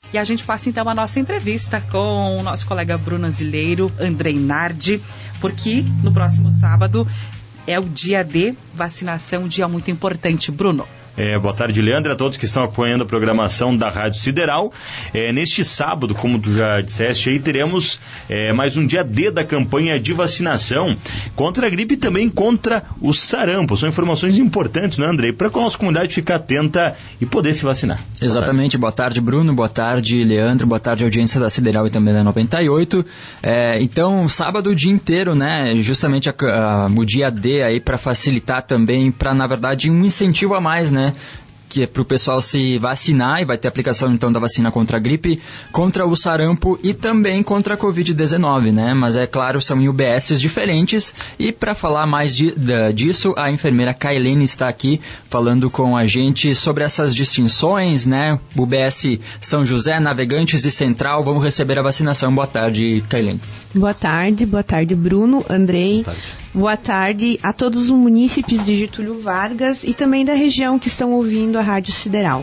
E a gente passa então a nossa entrevista com o nosso colega Bruno Azileiro, Andrei Nardi, porque no próximo sábado é o dia de vacinação, um dia muito importante. Bruno. Boa tarde, Leandro, a todos que estão acompanhando a programação da Rádio Sideral. Neste sábado, como tu já disseste, aí teremos mais um dia D da campanha de vacinação contra a gripe e também contra o sarampo. São informações importantes, né, Andrei? Para a nossa comunidade ficar atenta e poder se vacinar. Exatamente. Boa tarde, Bruno. Boa tarde, Leandro. Boa tarde, audiência da Sideral e também da 98. Então, sábado o dia inteiro, né? Justamente o dia D aí para facilitar também, para, na verdade, um incentivo a mais, né? Que é para o pessoal se vacinar, e vai ter aplicação então da vacina contra a gripe, contra o sarampo e também contra a Covid-19, né? Mas é claro, são em UBSs diferentes, e para falar mais disso, a enfermeira Kailene está aqui falando com a gente sobre essas distinções, né? UBS São José, Navegantes e Central vão receber a vacinação. Boa tarde, Kailene. Boa tarde, Bruno, Andrei. Boa tarde a todos os munícipes de Getúlio Vargas e também da região que estão ouvindo a Rádio Sideral.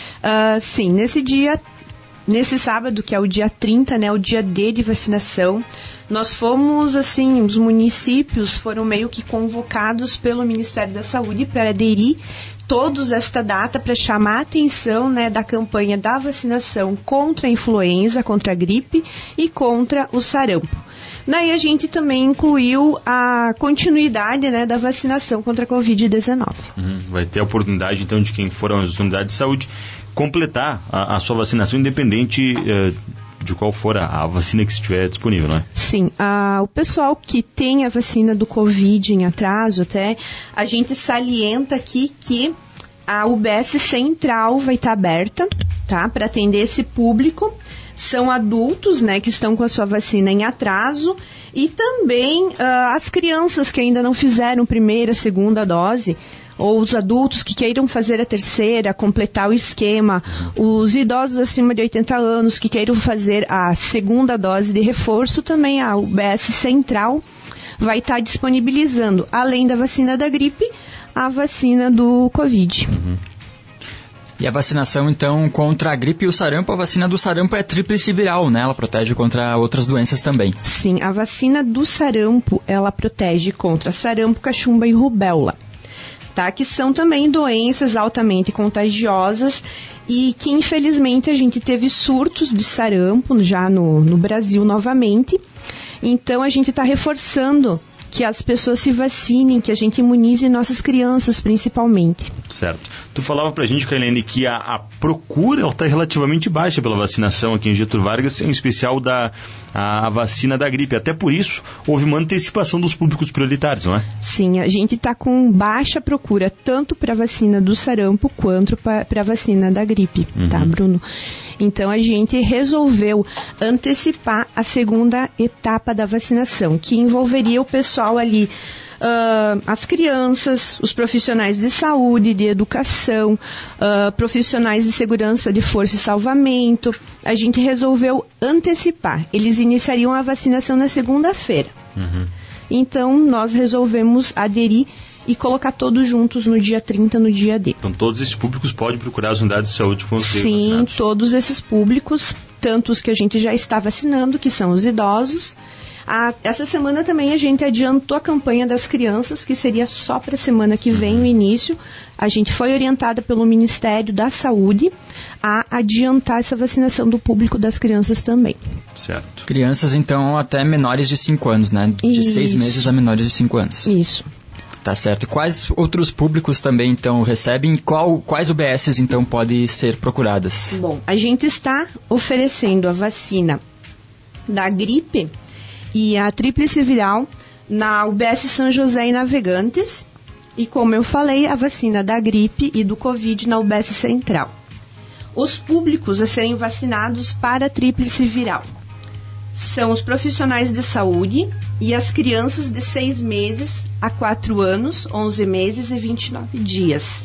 Sim, nesse sábado, que é o dia 30, né, o dia D de vacinação, nós fomos, assim, os municípios foram meio que convocados pelo Ministério da Saúde para aderir todos esta data para chamar a atenção, né, da campanha da vacinação contra a influenza, contra a gripe e contra o sarampo. Daí a gente também incluiu a continuidade, né, da vacinação contra a Covid-19. Vai ter a oportunidade, então, de quem for às unidades de saúde completar a sua vacinação, independente de qual for a vacina que estiver disponível, não é? Sim, o pessoal que tem a vacina do Covid em atraso, até, a gente salienta aqui que a UBS Central vai estar aberta, tá, para atender esse público. São adultos, né, que estão com a sua vacina em atraso, e também as crianças que ainda não fizeram primeira, segunda dose, ou os adultos que queiram fazer a terceira, completar o esquema, os idosos acima de 80 anos que queiram fazer a segunda dose de reforço, também a UBS Central vai estar disponibilizando, além da vacina da gripe, a vacina do Covid. E a vacinação, então, contra a gripe e o sarampo, a vacina do sarampo é tríplice viral, né? Ela protege contra outras doenças também. Sim, a vacina do sarampo, ela protege contra sarampo, cachumba e rubéola, tá? Que são também doenças altamente contagiosas e que, infelizmente, a gente teve surtos de sarampo já no Brasil novamente. Então, a gente está reforçando que as pessoas se vacinem, que a gente imunize nossas crianças, principalmente. Certo. Tu falava pra gente, Kailene, que a procura está relativamente baixa pela vacinação aqui em Getúlio Vargas, em especial a vacina da gripe. Até por isso, houve uma antecipação dos públicos prioritários, não é? Sim, a gente está com baixa procura, tanto para a vacina do sarampo, quanto para a vacina da gripe, tá, Bruno? Então, a gente resolveu antecipar a segunda etapa da vacinação, que envolveria o pessoal ali, as crianças, os profissionais de saúde, de educação, profissionais de segurança de força e salvamento. A gente resolveu antecipar. Eles iniciariam a vacinação na segunda-feira. Então, nós resolvemos aderir e colocar todos juntos no dia 30, no dia D. Então, todos esses públicos podem procurar as unidades de saúde que vão ser vacinados? Sim, todos esses públicos, tanto os que a gente já está vacinando, que são os idosos. Essa semana também a gente adiantou a campanha das crianças, que seria só para a semana que vem, o início. A gente foi orientada pelo Ministério da Saúde a adiantar essa vacinação do público das crianças também. Certo. Crianças, então, até menores de 5 anos, né? De 6 meses a menores de 5 anos. Isso. Tá certo. E quais outros públicos também, então, recebem? Quais UBSs, então, podem ser procuradas? Bom, a gente está oferecendo a vacina da gripe e a tríplice viral na UBS São José e Navegantes. E, como eu falei, a vacina da gripe e do Covid na UBS Central. Os públicos a serem vacinados para a tríplice viral são os profissionais de saúde e as crianças de 6 meses a 4 anos, 11 meses e 29 dias.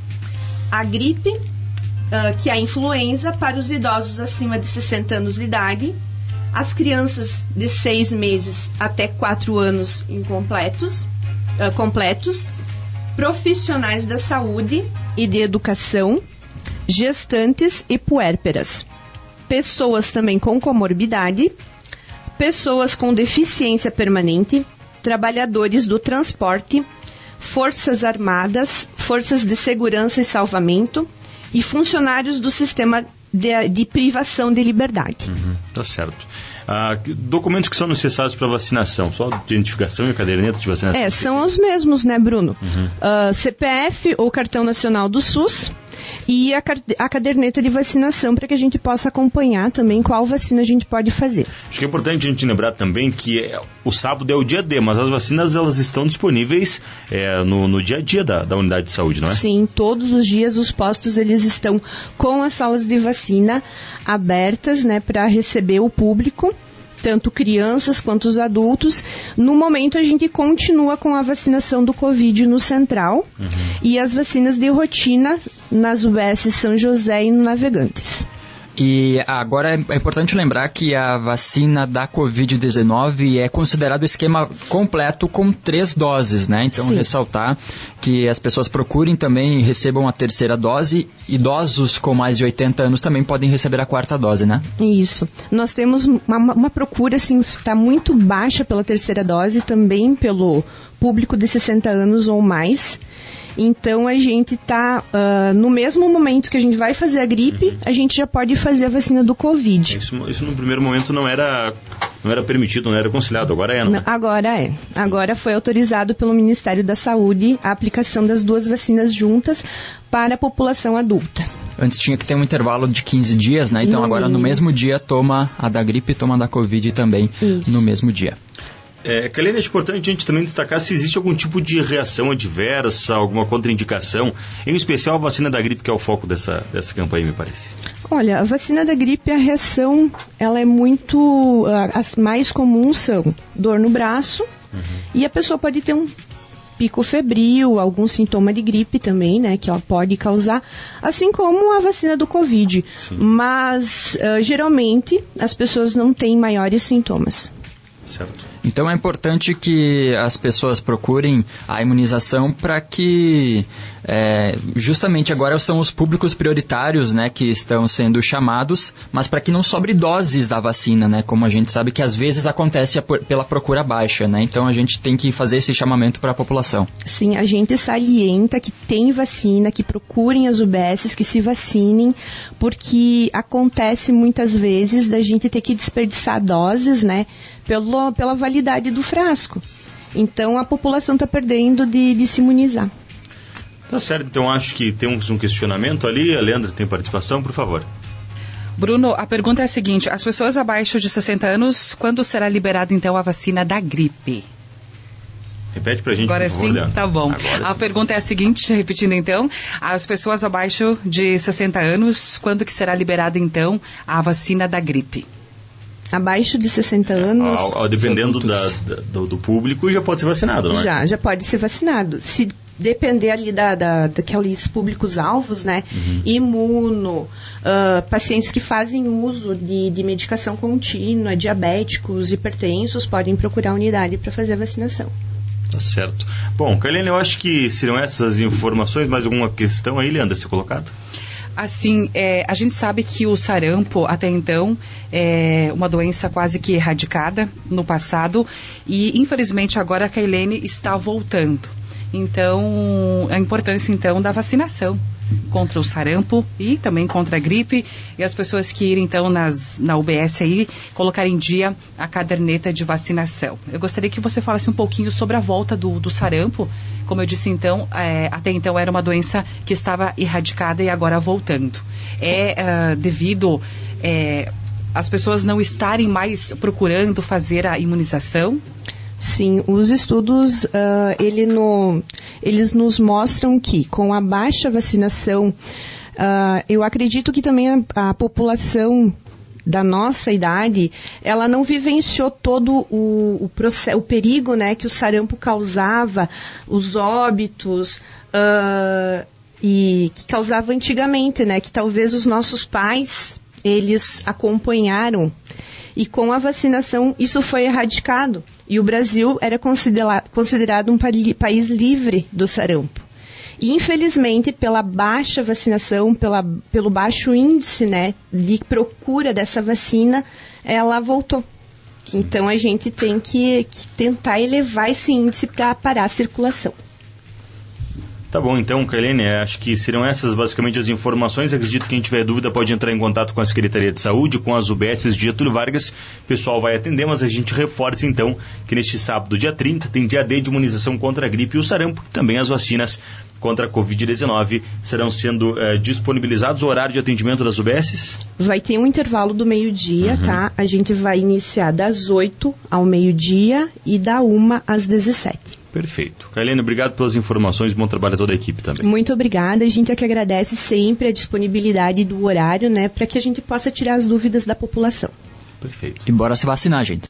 A gripe, que é a influenza, para os idosos acima de 60 anos de idade, as crianças de 6 meses até 4 anos completos, profissionais da saúde e de educação, gestantes e puérperas. pessoas também com comorbidade, pessoas com deficiência permanente, trabalhadores do transporte, forças armadas, forças de segurança e salvamento e funcionários do sistema de privação de liberdade. Tá certo. Documentos que são necessários para vacinação, só identificação e caderneta de vacinação? São os mesmos, né, Bruno? CPF ou Cartão Nacional do SUS e a caderneta de vacinação para que a gente possa acompanhar também qual vacina a gente pode fazer. Acho que é importante a gente lembrar também que o sábado é o dia D, mas as vacinas elas estão disponíveis no dia a dia da unidade de saúde, não é? Sim, todos os dias os postos eles estão com as salas de vacina abertas, né, para receber o público, tanto crianças quanto os adultos. No momento, a gente continua com a vacinação do Covid no Central e as vacinas de rotina nas UBS São José e no Navegantes. E agora é importante lembrar que a vacina da Covid-19 é considerado o esquema completo com 3 doses, né? Então, Sim. ressaltar que as pessoas procurem também e recebam a terceira dose. Idosos com mais de 80 anos também podem receber a 4ª dose, né? Isso. Nós temos uma procura, assim, está muito baixa pela terceira dose, também pelo público de 60 anos ou mais. Então, a gente está, no mesmo momento que a gente vai fazer a gripe, a gente já pode fazer a vacina do Covid. Isso no primeiro momento não era permitido, não era aconselhado, agora é, não é? Agora é. Agora foi autorizado pelo Ministério da Saúde a aplicação das 2 vacinas juntas para a população adulta. Antes tinha que ter um intervalo de 15 dias, né? Então, agora no mesmo dia toma a da gripe e toma a da Covid também no mesmo dia. Kailane, é importante a gente também destacar se existe algum tipo de reação adversa, alguma contraindicação, em especial a vacina da gripe, que é o foco dessa campanha, me parece. Olha, a vacina da gripe, a reação, ela é muito... As mais comuns são dor no braço e a pessoa pode ter um pico febril, algum sintoma de gripe também, né, que ela pode causar, assim como a vacina do Covid. Sim. Mas, geralmente, as pessoas não têm maiores sintomas. Certo. Então é importante que as pessoas procurem a imunização para que justamente agora são os públicos prioritários, né, que estão sendo chamados, mas para que não sobre doses da vacina, né, como a gente sabe que às vezes acontece pela procura baixa, né, então a gente tem que fazer esse chamamento para a população. Sim, a gente salienta que tem vacina, que procurem as UBSs, que se vacinem, porque acontece muitas vezes da gente ter que desperdiçar doses, né, pela validade do frasco. Então, a população está perdendo de se imunizar. Tá certo, então acho que temos um questionamento ali. A Leandra tem participação, por favor. Bruno, a pergunta é a seguinte: as pessoas abaixo de 60 anos, quando será liberada então a vacina da gripe? Repete pra gente, Agora por favor, sim, Leandra. tá bom. A pergunta é a seguinte, repetindo então, as pessoas abaixo de 60 anos, quando que será liberada então a vacina da gripe? Abaixo de 60 anos... Dependendo do público, já pode ser vacinado, não é? Já pode ser vacinado. Se depender ali daqueles públicos-alvos, né? Imuno, pacientes que fazem uso de medicação contínua, diabéticos, hipertensos, podem procurar a unidade para fazer a vacinação. Tá certo. Bom, Kailane, eu acho que seriam essas informações. Mais alguma questão aí, Leandra, a ser colocada? Assim, a gente sabe que o sarampo, até então, é uma doença quase que erradicada no passado e, infelizmente, agora a Kailane está voltando. Então, a importância, então, da vacinação contra o sarampo e também contra a gripe, e as pessoas que irem, então, na UBS aí, colocar em dia a caderneta de vacinação. Eu gostaria que você falasse um pouquinho sobre a volta do sarampo. Como eu disse, então, até então era uma doença que estava erradicada e agora voltando. Devido as pessoas não estarem mais procurando fazer a imunização? Sim, os estudos, eles nos mostram que com a baixa vacinação, eu acredito que também a população da nossa idade, ela não vivenciou todo o perigo, né, que o sarampo causava, os óbitos, e que causava antigamente, né, que talvez os nossos pais, eles acompanharam. E com a vacinação, isso foi erradicado. E o Brasil era considerado um país livre do sarampo. E, infelizmente, pela baixa vacinação, pelo baixo índice, né, de procura dessa vacina, ela voltou. Então, a gente tem que tentar elevar esse índice para parar a circulação. Tá bom, então, Kailene, acho que serão essas basicamente as informações. Acredito que quem tiver dúvida pode entrar em contato com a Secretaria de Saúde, com as UBSs de Getúlio Vargas. O pessoal vai atender, mas a gente reforça então que neste sábado, dia 30, tem dia D de imunização contra a gripe e o sarampo, e também as vacinas contra a Covid-19 serão sendo disponibilizados. O horário de atendimento das UBSs? Vai ter um intervalo do meio-dia, tá? A gente vai iniciar das 8 ao meio-dia e da 1 às 17. Perfeito. Kailene, obrigado pelas informações, bom trabalho a toda a equipe também. Muito obrigada, a gente é que agradece sempre a disponibilidade do horário, né, para que a gente possa tirar as dúvidas da população. Perfeito. E bora se vacinar, gente.